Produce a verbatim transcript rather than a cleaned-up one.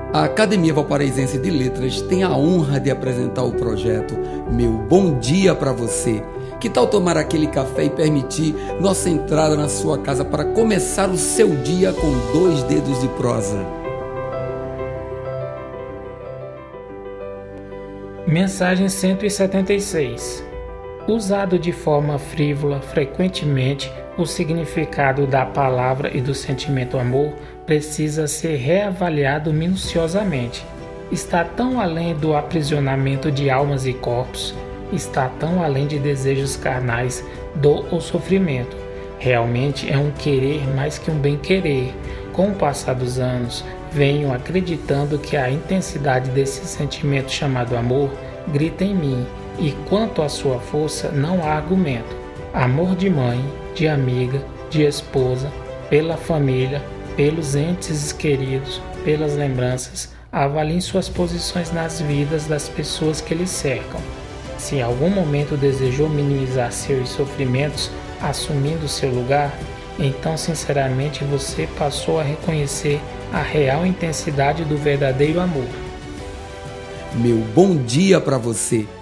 A Academia Valparaísense de Letras tem a honra de apresentar o projeto Meu Bom Dia para Você. Que tal tomar aquele café e permitir nossa entrada na sua casa para começar o seu dia com dois dedos de prosa? Mensagem cento e setenta e seis. Usado de forma frívola, frequentemente, o significado da palavra e do sentimento amor precisa ser reavaliado minuciosamente. Está tão além do aprisionamento de almas e corpos, está tão além de desejos carnais, dor ou sofrimento. Realmente é um querer mais que um bem-querer. Com o passar dos anos, venho acreditando que a intensidade desse sentimento chamado amor grita em mim, e quanto à sua força não há argumento. Amor de mãe, de amiga, de esposa, pela família, pelos entes queridos, pelas lembranças. Avaliem suas posições nas vidas das pessoas que lhe cercam. Se em algum momento desejou minimizar seus sofrimentos assumindo seu lugar, então sinceramente você passou a reconhecer a real intensidade do verdadeiro amor. Meu bom dia para você!